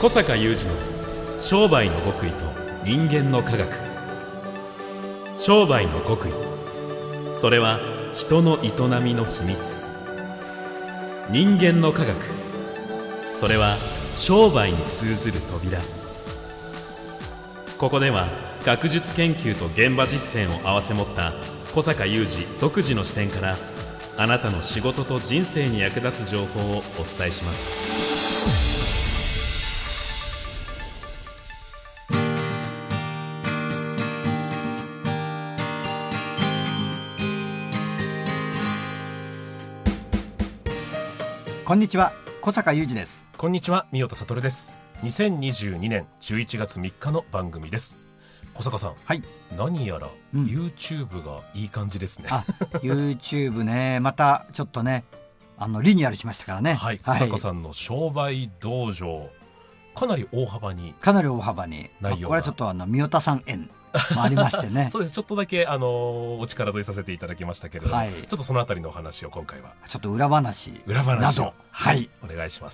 小坂雄二の商売の極意と人間の科学。商売の極意、それは人の営みの秘密。人間の科学、それは商売に通ずる扉。ここでは学術研究と現場実践を併せ持った小坂雄二独自の視点から、あなたの仕事と人生に役立つ情報をお伝えします。 こんにちは、小坂雄二です。 こんにちは、三代田悟です。2022年11月3日の番組です。小坂さん、 はい、 何やら YouTube がいい感じですね。 YouTube ね、またちょっとね、リニューアルしましたからね。 はい、小坂さんの商売道場、かなり大幅に内容が、これはちょっと三代田さん縁もありましてねそうです、ちょっとだけお力添えさせていただきましたけれども、 はい、 ちょっとそのあたりのお話を今回はちょっと裏話など、 はい、お願いします。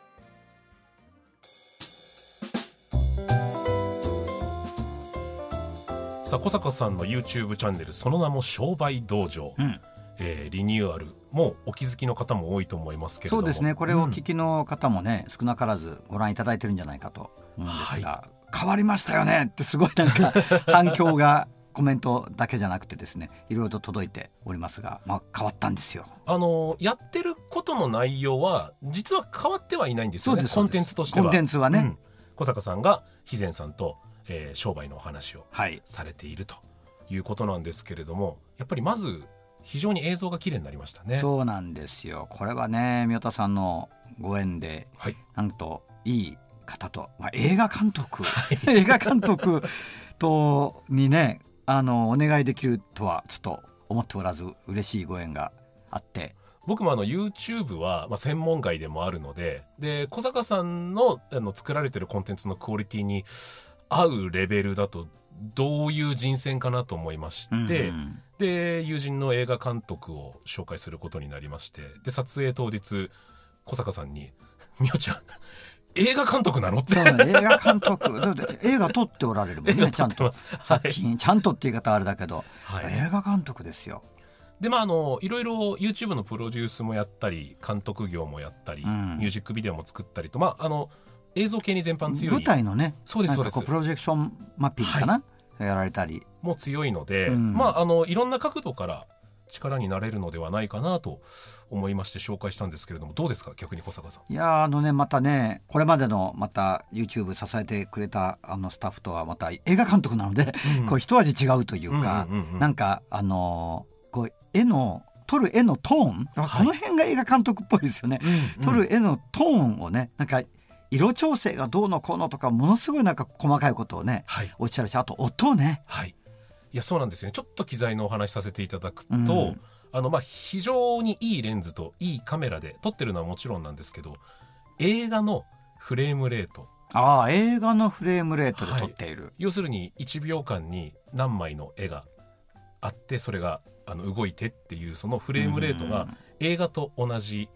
さあ、小坂さんの YouTube チャンネル、その名も商売道場、リニューアル、もうお気づきの方も多いと思いますけれども、 そうですね、これをお聞きの方もね、少なからずご覧いただいてるんじゃないかと思うんですが、変わりましたよねってすごいなんか反響がコメントだけじゃなくてですね、いろいろと届いておりますが、変わったんですよ。 やってることの内容は実は変わってはいないんですよね。コンテンツとしては、 コンテンツはね、 小坂さんが肥前さんと商売のお話をされているということなんですけれども、やっぱりまず非常に映像が綺麗になりましたね。 そうなんですよ。これはね、三代田さんのご縁で、なんといい方と、映画監督映画監督とにね、お願いできるとはちょっと思っておらず、嬉しいご縁があって、 僕もYouTube は専門外でもあるので、小坂さんの作られてるコンテンツのクオリティに合うレベルだとどういう人選かなと思いまして、で友人の映画監督を紹介することになりまして、で撮影当日小坂さんに「みおちゃん映画監督なの?」って。 そう、映画監督映画撮っておられるもんね。ちゃんと作品、ちゃんとって言い方はあれだけど、映画監督ですよ。 でいろいろ YouTube のプロデュースもやったり、監督業もやったり、ミュージックビデオも作ったりと、映像系に全般強い、 舞台のね、 そうですそうです、 プロジェクションマッピングかな、やられたりもう強いので、いろんな角度から力になれるのではないかなと思いまして紹介したんですけれども、どうですか、逆に小坂さん。 いやまたね、これまでのまた YouTube 支えてくれたスタッフとはまた映画監督なので、こう一味違うというか、なんかこう撮る絵のトーン、この辺が映画監督っぽいですよね。撮る絵のトーンをね、なんか色調整がどうのこうのとか、ものすごいなんか細かいことをね、おっしゃるし、あと音ね、 いや、そうなんですよね。ちょっと機材のお話させていただくと、非常にいいレンズといいカメラで撮ってるのはもちろんなんですけど、映画のフレームレート、 映画のフレームレートで撮っている、 要するに1秒間に何枚の絵があって、それが動いてっていう、そのフレームレートが映画と同じ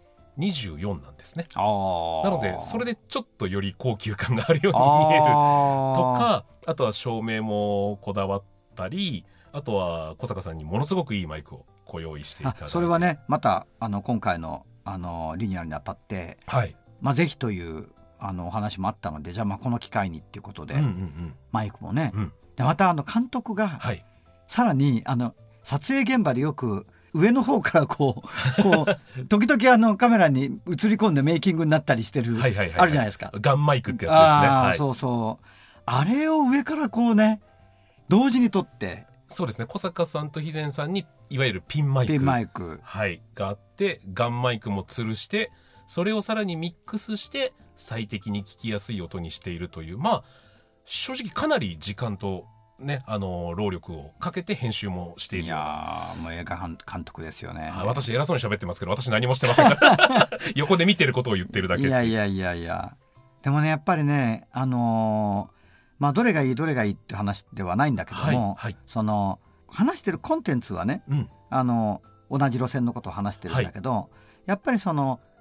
24なんですね。なのでそれでちょっとより高級感があるように見えるとか、あとは照明もこだわったり、あとは小坂さんにものすごくいいマイクをご用意していただいて、 それはね、また今回のリニューアルにあたって、ぜひというお話もあったので、じゃあこの機会にっていうことで、マイクもね、でまた監督が、さらに撮影現場でよく上の方からこう時々カメラに映り込んでメイキングになったりしてる、あるじゃないですか、 ガンマイクってやつですね。 そうそう、あれを上からこうね、同時に撮って、 そうですね、小坂さんと肥前さんにいわゆるピンマイクがあって、ガンマイクも吊るして、それをさらにミックスして最適に聞きやすい音にしているという、正直かなり時間とね、労力をかけて編集もしている。いやもう映画監督ですよね。 私偉そうに喋ってますけど、私何もしてませんから横で見てることを言ってるだけっていう。 いやでもね、やっぱりね、どれがいいどれがいいって話ではないんだけども、その話してるコンテンツはね、同じ路線のことを話してるんだけど、やっぱりその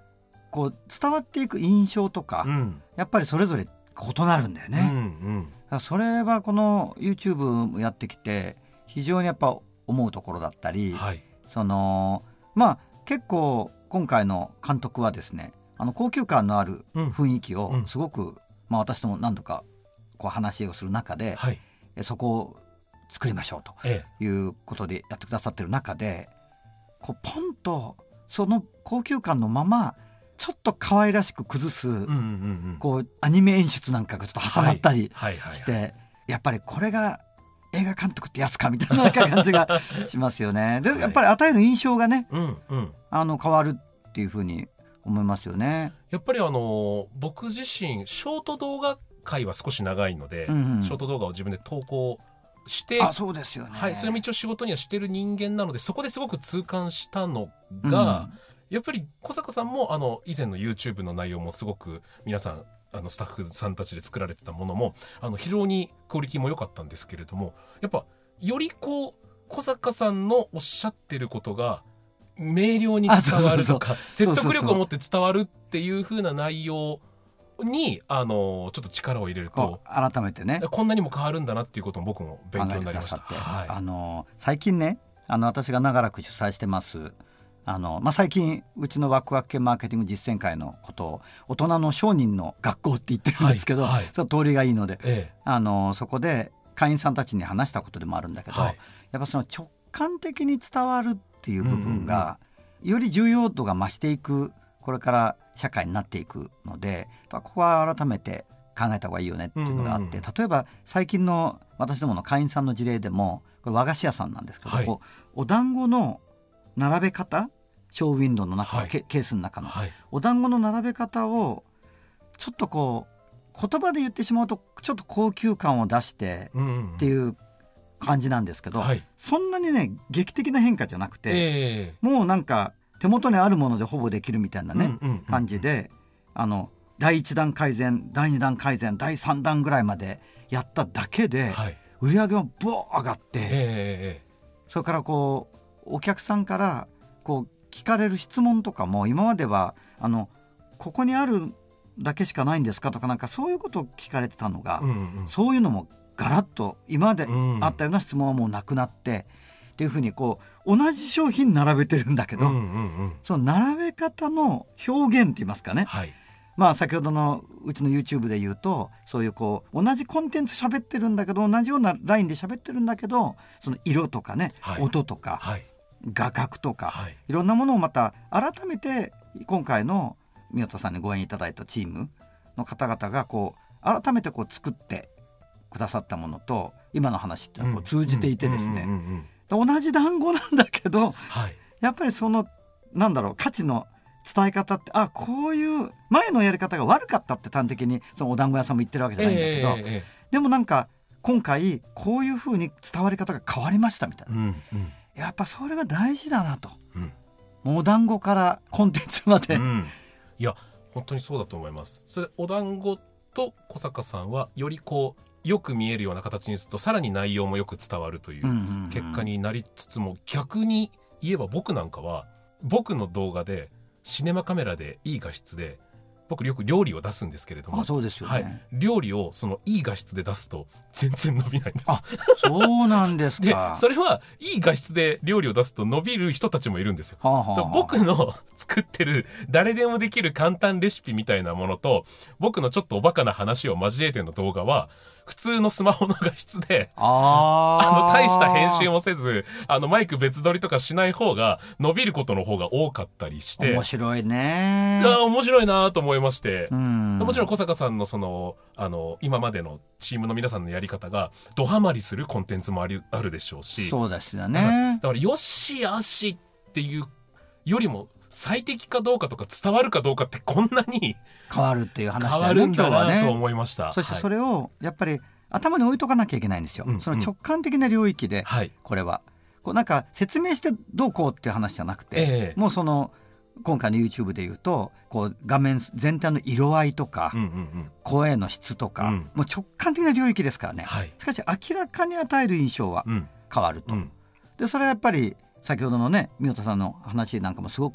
こう伝わっていく印象とか、やっぱりそれぞれ異なるんだよね、だからそれはこの YouTube やってきて非常にやっぱ思うところだったり、その結構今回の監督はですね、高級感のある雰囲気をすごく、私とも何度かこう話をする中で、そこを作りましょうということでやってくださってる中で、こうポンとその高級感のままちょっと可愛らしく崩す、こうアニメ演出なんかがちょっと挟まったりして、やっぱりこれが映画監督ってやつかみたいな感じがしますよね。でやっぱり与える印象がね、変わるっていうふうに思いますよね。 やっぱり僕自身ショート動画界は少し長いので、ショート動画を自分で投稿してそうですよね、 それも一応仕事にはしてる人間なので、そこですごく痛感したのが、やっぱり小坂さんも以前の YouTube の内容もすごく皆さんスタッフさんたちで作られてたものも非常にクオリティも良かったんですけれども、やっぱよりこう小坂さんのおっしゃってることが明瞭に伝わるとか、説得力を持って伝わるっていう風な内容にちょっと力を入れると改めてね、 こんなにも変わるんだなっていうことも僕も勉強になりました。 最近ね、私が長らく主催してます最近うちのワクワク系マーケティング実践会のことを大人の商人の学校って言ってるんですけど、その通りがいいので、そこで会員さんたちに話したことでもあるんだけど、やっぱその直感的に伝わるっていう部分がより重要度が増していくこれから社会になっていくので、ここは改めて考えた方がいいよねっていうのがあって、例えば最近の私どもの会員さんの事例でも、これ和菓子屋さんなんですけど、こうお団子の並べ方、ショーウィンドウの中の、ケースの中の、お団子の並べ方をちょっとこう言葉で言ってしまうとちょっと高級感を出してっていう感じなんですけど、そんなにね劇的な変化じゃなくて、もうなんか手元にあるものでほぼできるみたいなね、感じで第1弾改善、第2弾改善、第3弾ぐらいまでやっただけで、売り上げがボー上がって、それからこうお客さんからこう聞かれる質問とかも、今まではここにあるだけしかないんですかとか、なんかそういうことを聞かれてたのが、そういうのもガラッと今まであったような質問はもうなくなってっていうふうに、こう同じ商品並べてるんだけど、その並べ方の表現って言いますかね、先ほどのうちの YouTube で言うと、そういうこう同じコンテンツ喋ってるんだけど、同じようなラインで喋ってるんだけど、その色とかね、音とか、画角とか、いろんなものをまた改めて今回の宮田さんにご縁いただいたチームの方々がこう改めてこう作ってくださったものと今の話ってこう通じていてですね、同じ団子なんだけど、やっぱりそのなんだろう、価値の伝え方って、こういう前のやり方が悪かったって端的にそのお団子屋さんも言ってるわけじゃないんだけど、でもなんか今回こういう風に伝わり方が変わりましたみたいな、やっぱそれが大事だなと、もうお団子からコンテンツまで、 いや本当にそうだと思います。それお団子と小坂さんはよりこうよく見えるような形にすると、さらに内容もよく伝わるという結果になりつつも、逆に言えば僕なんかは僕の動画でシネマカメラでいい画質で、僕よく料理を出すんですけれども、 そうですよね、 料理をそのいい画質で出すと全然伸びないんです。 そうなんですか。 でそれはいい画質で料理を出すと伸びる人たちもいるんですよ。僕の作ってる誰でもできる簡単レシピみたいなものと、僕のちょっとおバカな話を交えての動画は普通のスマホの画質で、大した編集もせずマイク別撮りとかしない方が伸びることの方が多かったりして、 面白いね。 面白いなと思いまして、もちろん小坂さんのその今までのチームの皆さんのやり方がドハマりするコンテンツもあるでしょうし、 そうですよね。 だからよしあしっていうよりも最適かどうかとか伝わるかどうかってこんなに変わるっていう話だよね。 変わるんだなと思いました。 そしてそれをやっぱり頭に置いとかなきゃいけないんですよ、その直感的な領域で、これはこうなんか説明してどうこうっていう話じゃなくて、もうその今回の YouTube でいうとこう画面全体の色合いとか、声の質とか、もう直感的な領域ですからね、しかし明らかに与える印象は変わると、でそれはやっぱり先ほどのね宮田さんの話なんかもすごく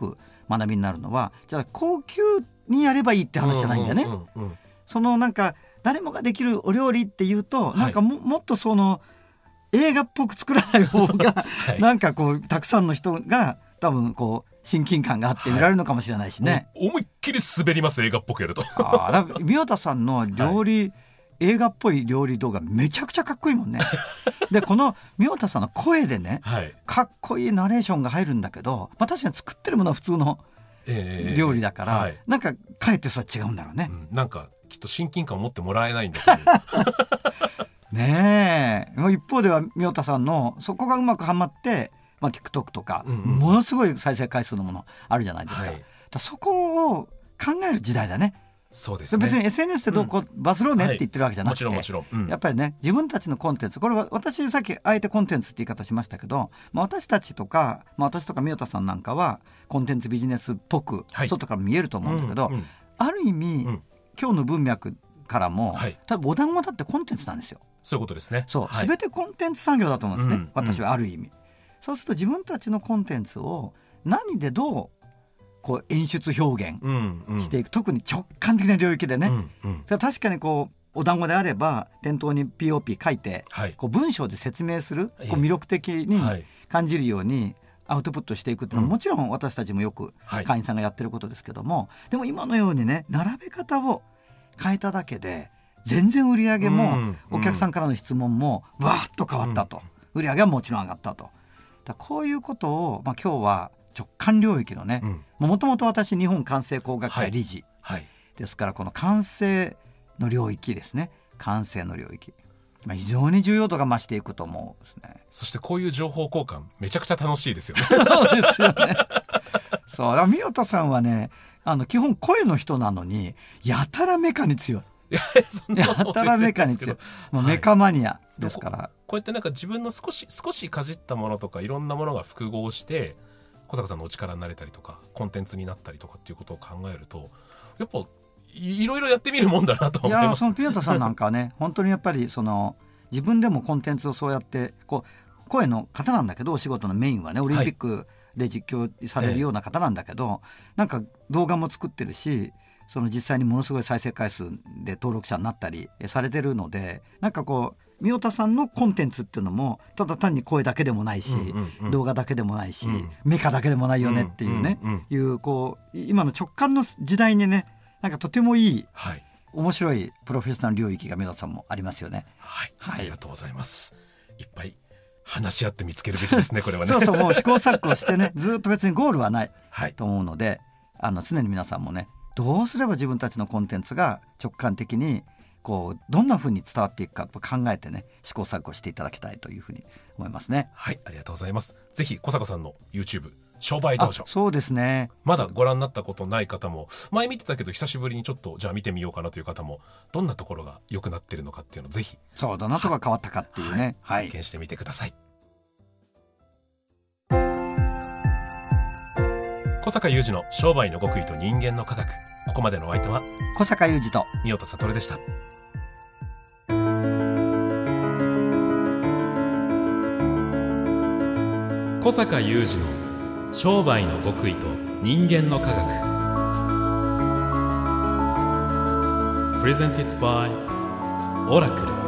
学びになるのは、じゃあ高級にやればいいって話じゃないんだよね。そのなんか誰もができるお料理っていうと、なんか もっとその映画っぽく作らない方がなんかこうたくさんの人が多分こう親近感があって見られるのかもしれないしね、 思いっきり滑ります、映画っぽくやると。 宮田さんの料理、映画っぽい料理動画めちゃくちゃかっこいいもんね。でこの宮田さんの声でね、かっこいいナレーションが入るんだけど、確かに作ってるものは普通の料理だから、なんかかえってそれは違うんだろうね、 なんかきっと親近感を持ってもらえないんだと思う。 ねえ、一方では宮田さんのそこがうまくはまって、TikTok とか、ものすごい再生回数のものあるじゃないですか。だそこを考える時代だね。 そうですね。 別に SNS でどうこうバズろうねって言ってるわけじゃなくて、 もちろん、 やっぱりね、自分たちのコンテンツ、これは私さっきあえてコンテンツって言い方しましたけど、私たちとか、私とか宮田さんなんかはコンテンツビジネスっぽく外から見えると思うんだけど、ある意味、今日の文脈からも、多分お団子だってコンテンツなんですよ。 そういうことですね。 そう、全てコンテンツ産業だと思うんですね、私はある意味。そうすると自分たちのコンテンツを何でどうこう演出表現していく、特に直感的な領域でね、確かにこうお団子であれば店頭に POP 書いて、こう文章で説明する、こう魅力的に感じるようにアウトプットしていくっていうのは、もちろん私たちもよく会員さんがやってることですけども、でも今のようにね、並べ方を変えただけで全然売り上げもお客さんからの質問もわーっと変わったと、売り上げはもちろん上がったと。だこういうことを、今日は直感領域のね、もともと私日本感性工学会理事、ですからこの感性の領域ですね、感性の領域、非常に重要度が増していくと思うんですね。 そしてこういう情報交換めちゃくちゃ楽しいですよね。 そうですよね。そうだ、宮田さんはね、基本声の人なのにやたらメカに強い。やたらメカに強い、もうメカマニアですから、 こうやってなんか自分の少しかじったものとかいろんなものが複合して小坂さんのお力になれたりとかコンテンツになったりとかっていうことを考えると、やっぱいろいろやってみるもんだなと思います。 いや、その宮田さんなんかはね本当にやっぱりその自分でもコンテンツをそうやってこう声の方なんだけど、お仕事のメインはねオリンピックで実況されるような方なんだけど、なんか動画も作ってるし、その実際にものすごい再生回数で登録者になったりされてるので、なんかこう宮田さんのコンテンツっていうのもただ単に声だけでもないし、動画だけでもないし、メカだけでもないよねっていうね、いうこう今の直感の時代にね、なんかとてもいい、面白いプロフェッショナル領域が宮田さんもありますよね。 ありがとうございます。いっぱい話し合って見つけるべきですね、これはね。 そうそう、もう試行錯誤してね、ずっと別にゴールはないと思うので、常に皆さんもね、どうすれば自分たちのコンテンツが直感的にこうどんな風に伝わっていくかと考えてね、試行錯誤していただきたいというふうに思いますね。 ありがとうございます。ぜひ小坂さんの YouTube 商売道場、 そうですね、 まだご覧になったことない方も、前見てたけど久しぶりにちょっとじゃあ見てみようかなという方も、どんなところが良くなってるのかっていうのをぜひ、 そうどんなところが変わったかっていうね、 拝見してみてください。小坂雄二の商売の極意と人間の科学、ここまでのお相手は小坂雄二と宮田悟でした。 小坂雄二の商売の極意と人間の科学、 Presented by オラクル。